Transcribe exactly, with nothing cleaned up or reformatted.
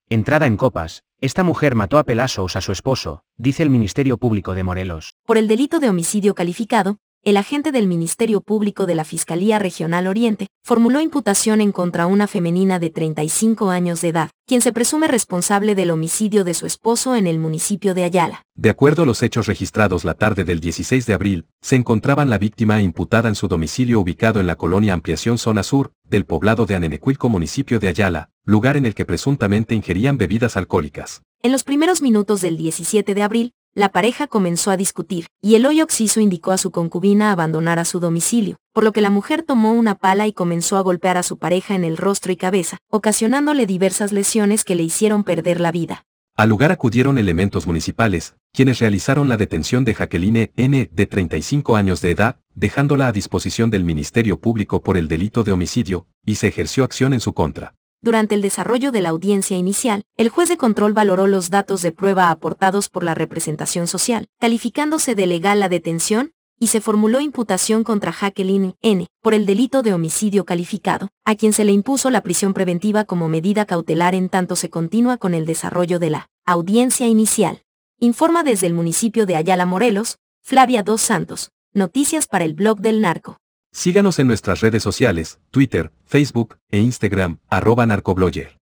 Entrada en copas, esta mujer mató a pelazos a su esposo, dice el Ministerio Público de Morelos. Por el delito de homicidio calificado, el agente del Ministerio Público de la Fiscalía Regional Oriente formuló imputación en contra una femenina de treinta y cinco años de edad, quien se presume responsable del homicidio de su esposo en el municipio de Ayala. De acuerdo a los hechos registrados la tarde del dieciséis de abril, se encontraban la víctima imputada en su domicilio ubicado en la colonia Ampliación Zona Sur, del poblado de Anenecuilco, municipio de Ayala, lugar en el que presuntamente ingerían bebidas alcohólicas. En los primeros minutos del diecisiete de abril, la pareja comenzó a discutir, y Eloy Oxiso indicó a su concubina abandonar su domicilio, por lo que la mujer tomó una pala y comenzó a golpear a su pareja en el rostro y cabeza, ocasionándole diversas lesiones que le hicieron perder la vida. Al lugar acudieron elementos municipales, quienes realizaron la detención de Jacqueline N., de treinta y cinco años de edad, dejándola a disposición del Ministerio Público por el delito de homicidio, y se ejerció acción en su contra. Durante el desarrollo de la audiencia inicial, el juez de control valoró los datos de prueba aportados por la representación social, calificándose de legal la detención, y se formuló imputación contra Jacqueline N. por el delito de homicidio calificado, a quien se le impuso la prisión preventiva como medida cautelar en tanto se continúa con el desarrollo de la audiencia inicial. Informa desde el municipio de Ayala, Morelos, Flavia Dos Santos. Noticias para el blog del Narco. Síganos en nuestras redes sociales, Twitter, Facebook e Instagram, arroba narcoblogger.